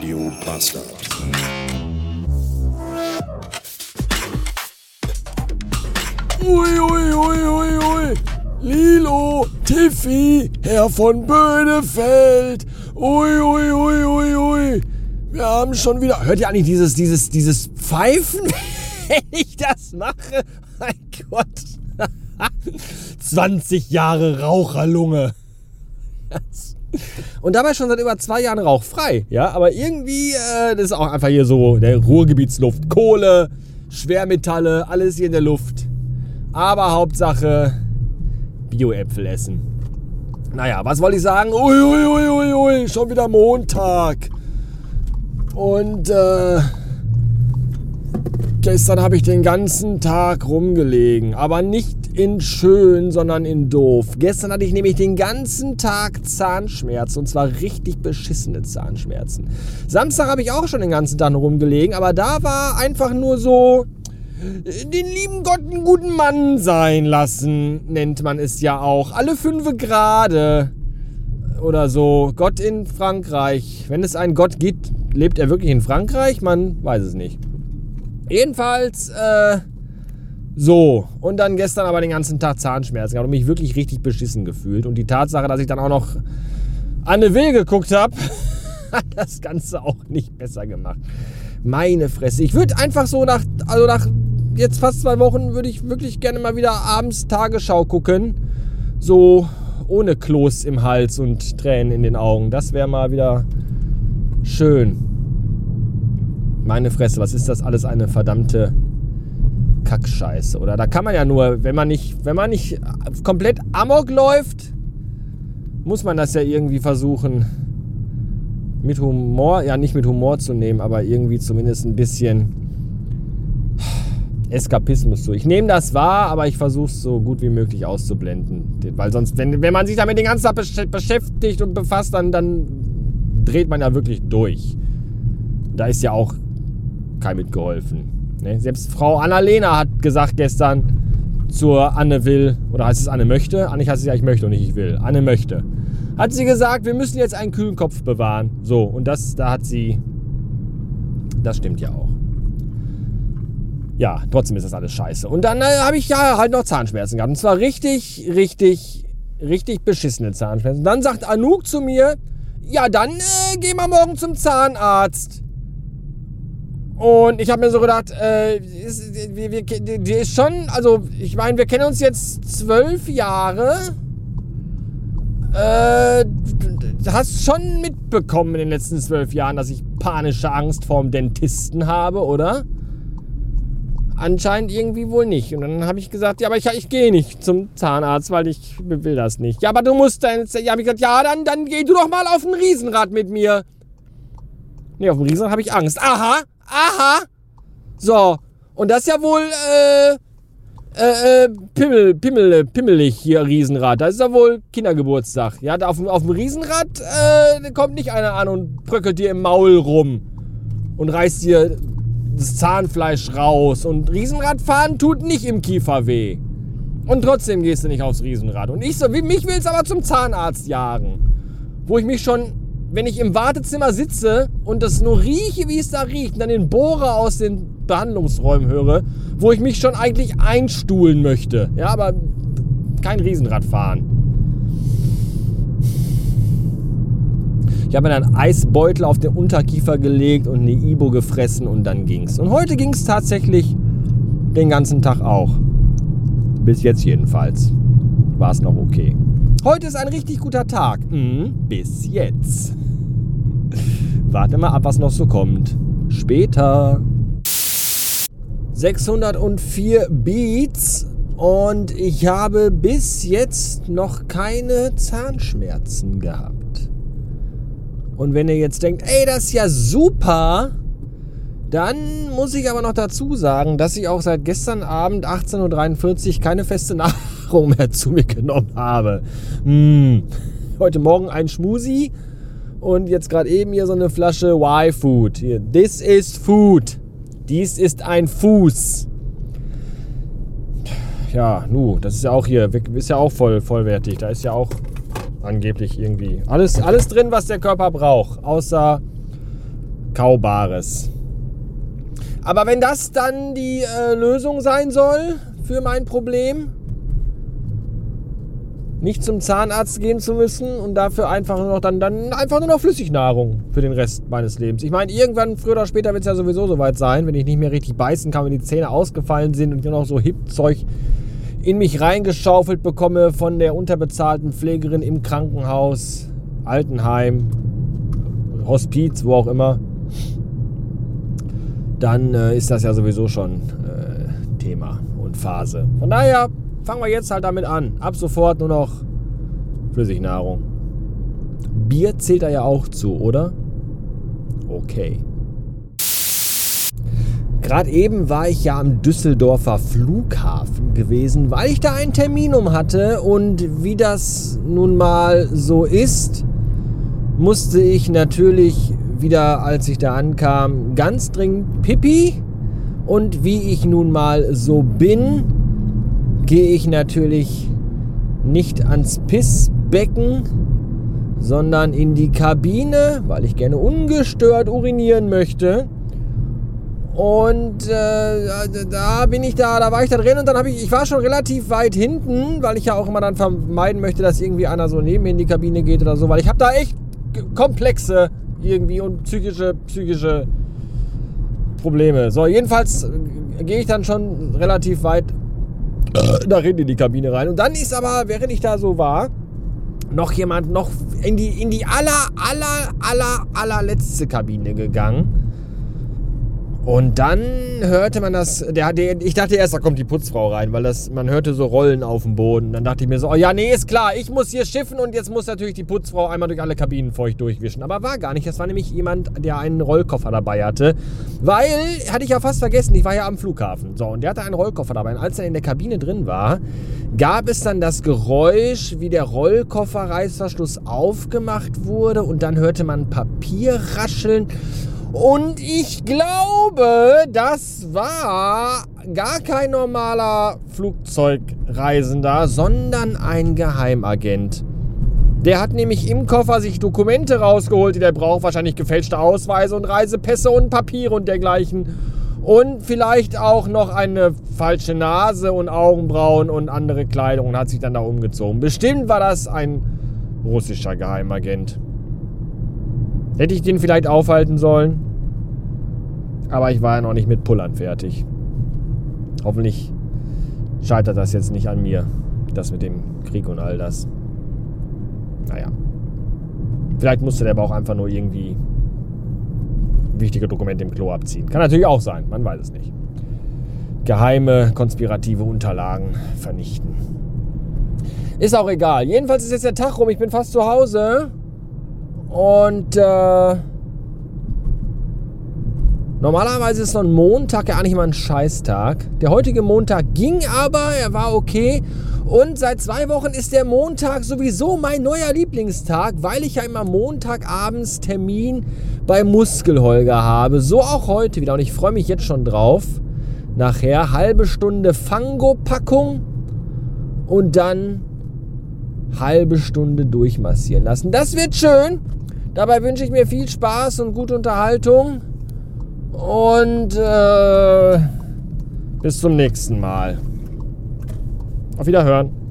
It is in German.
Radio Bastard. Ui, ui, ui, ui, ui. Lilo, Tiffy, Herr von Böhnefeld. Ui, ui, ui, ui, ui. Wir haben schon wieder... Hört ihr eigentlich dieses Pfeifen, wenn ich das mache? Mein Gott. 20 Jahre Raucherlunge. Und dabei schon seit über 2 Jahren rauchfrei. Ja, aber irgendwie, das ist auch einfach hier so, der Ruhrgebietsluft. Kohle, Schwermetalle, alles hier in der Luft. Aber Hauptsache Bio-Äpfel essen. Naja, was wollte ich sagen? Ui, ui, ui, ui, ui, schon wieder Montag. Und gestern habe ich den ganzen Tag rumgelegen. Aber nicht in schön, sondern in doof. Gestern hatte ich nämlich den ganzen Tag Zahnschmerzen. Und zwar richtig beschissene Zahnschmerzen. Samstag habe ich auch schon den ganzen Tag rumgelegen. Aber da war einfach nur so... Den lieben Gott einen guten Mann sein lassen, nennt man es ja auch. Alle 5 Grade oder so. Gott in Frankreich. Wenn es einen Gott gibt, lebt er wirklich in Frankreich? Man weiß es nicht. Jedenfalls, so. Und dann gestern aber den ganzen Tag Zahnschmerzen. Ich habe mich wirklich richtig beschissen gefühlt. Und die Tatsache, dass ich dann auch noch Anne Will geguckt habe, hat das Ganze auch nicht besser gemacht. Meine Fresse. Ich würde einfach so nach jetzt fast 2 Wochen würde ich wirklich gerne mal wieder abends Tagesschau gucken. So ohne Kloß im Hals und Tränen in den Augen. Das wäre mal wieder schön. Meine Fresse, was ist das alles eine verdammte Kackscheiße, oder? Da kann man ja nur, wenn man nicht komplett Amok läuft, muss man das ja irgendwie versuchen mit Humor, ja nicht mit Humor zu nehmen, aber irgendwie zumindest ein bisschen Eskapismus zu. Ich nehme das wahr, aber ich versuche es so gut wie möglich auszublenden. Weil sonst, wenn man sich damit den ganzen Tag beschäftigt und befasst, dann dreht man ja wirklich durch. Da ist ja auch kein mitgeholfen. Ne? Selbst Frau Annalena hat gesagt gestern zur Anne Will, oder heißt es Anne möchte? Eigentlich heißt es ja ich möchte und nicht ich will. Anne möchte. Hat sie gesagt, wir müssen jetzt einen kühlen Kopf bewahren. So, und das stimmt ja auch. Ja, trotzdem ist das alles scheiße. Und dann habe ich ja halt noch Zahnschmerzen gehabt. Und zwar richtig, richtig, richtig beschissene Zahnschmerzen. Und dann sagt Anouk zu mir, ja, dann gehen wir morgen zum Zahnarzt. Und ich habe mir so gedacht, die ist schon, also ich meine, wir kennen uns jetzt 12 Jahre. Du hast schon mitbekommen in den letzten 12 Jahren, dass ich panische Angst vorm Dentisten habe, oder? Anscheinend irgendwie wohl nicht. Und dann habe ich gesagt, ja, aber ich gehe nicht zum Zahnarzt, weil ich will das nicht. Ja, aber du musst dann... Ja, habe ich gesagt, ja, dann geh du doch mal auf ein Riesenrad mit mir. Nee, auf dem Riesenrad habe ich Angst. Aha. So, und das ist ja wohl pimmelig hier, Riesenrad. Das ist ja wohl Kindergeburtstag. Ja, auf dem Riesenrad kommt nicht einer an und bröckelt dir im Maul rum und reißt dir das Zahnfleisch raus. Und Riesenradfahren tut nicht im Kiefer weh. Und trotzdem gehst du nicht aufs Riesenrad. Und mich will es aber zum Zahnarzt jagen. Wo ich mich schon, wenn ich im Wartezimmer sitze und das nur rieche, wie es da riecht, und dann den Bohrer aus den Behandlungsräumen höre, wo ich mich schon eigentlich einstuhlen möchte. Ja, aber kein Riesenradfahren. Ich habe mir dann einen Eisbeutel auf den Unterkiefer gelegt und eine Ibo gefressen und dann ging's. Und heute ging's tatsächlich den ganzen Tag auch. Bis jetzt jedenfalls. War es noch okay. Heute ist ein richtig guter Tag. Bis jetzt. Warte mal ab, was noch so kommt. Später. 604 Beats und ich habe bis jetzt noch keine Zahnschmerzen gehabt. Und wenn ihr jetzt denkt, ey, das ist ja super, dann muss ich aber noch dazu sagen, dass ich auch seit gestern Abend 18.43 Uhr keine feste Nahrung mehr zu mir genommen habe. Heute Morgen ein Schmusi und jetzt gerade eben hier so eine Flasche Y-Food. Hier, this is food. Dies ist ein Fuß. Ja, das ist ja auch hier, ist ja auch vollwertig. Da ist ja auch angeblich irgendwie alles drin, was der Körper braucht. Außer Kaubares. Aber wenn das dann die Lösung sein soll für mein Problem, nicht zum Zahnarzt gehen zu müssen und dafür einfach nur noch dann einfach nur noch Flüssignahrung für den Rest meines Lebens. Ich meine, irgendwann, früher oder später, wird es ja sowieso soweit sein, wenn ich nicht mehr richtig beißen kann, wenn die Zähne ausgefallen sind und nur noch so Hip-Zeug in mich reingeschaufelt bekomme von der unterbezahlten Pflegerin im Krankenhaus, Altenheim, Hospiz, wo auch immer. Dann ist das ja sowieso schon Thema und Phase. Von daher fangen wir jetzt halt damit an. Ab sofort nur noch Flüssignahrung. Bier zählt da ja auch zu, oder? Okay. Gerade eben war ich ja am Düsseldorfer Flughafen gewesen, weil ich da einen Termin hatte. Und wie das nun mal so ist, musste ich natürlich wieder, als ich da ankam, ganz dringend Pipi. Und wie ich nun mal so bin, gehe ich natürlich nicht ans Pissbecken, sondern in die Kabine, weil ich gerne ungestört urinieren möchte. Und da war ich da drin und dann ich war schon relativ weit hinten, weil ich ja auch immer dann vermeiden möchte, dass irgendwie einer so neben mir in die Kabine geht oder so, weil ich habe da echt komplexe irgendwie und psychische Probleme. So, jedenfalls gehe ich dann schon relativ weit nach hinten in die Kabine rein. Und dann ist aber, während ich da so war, noch jemand in die allerletzte Kabine gegangen. Und dann hörte man das, ich dachte erst, da kommt die Putzfrau rein, weil man hörte so Rollen auf dem Boden. Dann dachte ich mir so, oh ja, nee, ist klar, ich muss hier schiffen und jetzt muss natürlich die Putzfrau einmal durch alle Kabinen feucht durchwischen. Aber war gar nicht, das war nämlich jemand, der einen Rollkoffer dabei hatte. Weil, hatte ich ja fast vergessen, ich war ja am Flughafen. So, und der hatte einen Rollkoffer dabei. Und als er in der Kabine drin war, gab es dann das Geräusch, wie der Rollkofferreißverschluss aufgemacht wurde. Und dann hörte man Papier rascheln. Und ich glaube, das war gar kein normaler Flugzeugreisender, sondern ein Geheimagent. Der hat nämlich im Koffer sich Dokumente rausgeholt, die der braucht. Wahrscheinlich gefälschte Ausweise und Reisepässe und Papiere und dergleichen. Und vielleicht auch noch eine falsche Nase und Augenbrauen und andere Kleidung und hat sich dann da umgezogen. Bestimmt war das ein russischer Geheimagent. Hätte ich den vielleicht aufhalten sollen? Aber ich war ja noch nicht mit Pullern fertig. Hoffentlich scheitert das jetzt nicht an mir. Das mit dem Krieg und all das. Naja. Vielleicht musste der aber auch einfach nur irgendwie wichtige Dokumente im Klo abziehen. Kann natürlich auch sein, man weiß es nicht. Geheime, konspirative Unterlagen vernichten. Ist auch egal. Jedenfalls ist jetzt der Tag rum. Ich bin fast zu Hause. Und normalerweise ist so ein Montag ja eigentlich mal ein Scheißtag. Der heutige Montag ging aber, er war okay. Und seit 2 Wochen ist der Montag sowieso mein neuer Lieblingstag, weil ich ja immer Montagabends Termin bei Muskelholger habe. So auch heute wieder und ich freue mich jetzt schon drauf. Nachher halbe Stunde Fango-Packung und dann halbe Stunde durchmassieren lassen. Das wird schön. Dabei wünsche ich mir viel Spaß und gute Unterhaltung. Und bis zum nächsten Mal. Auf Wiederhören.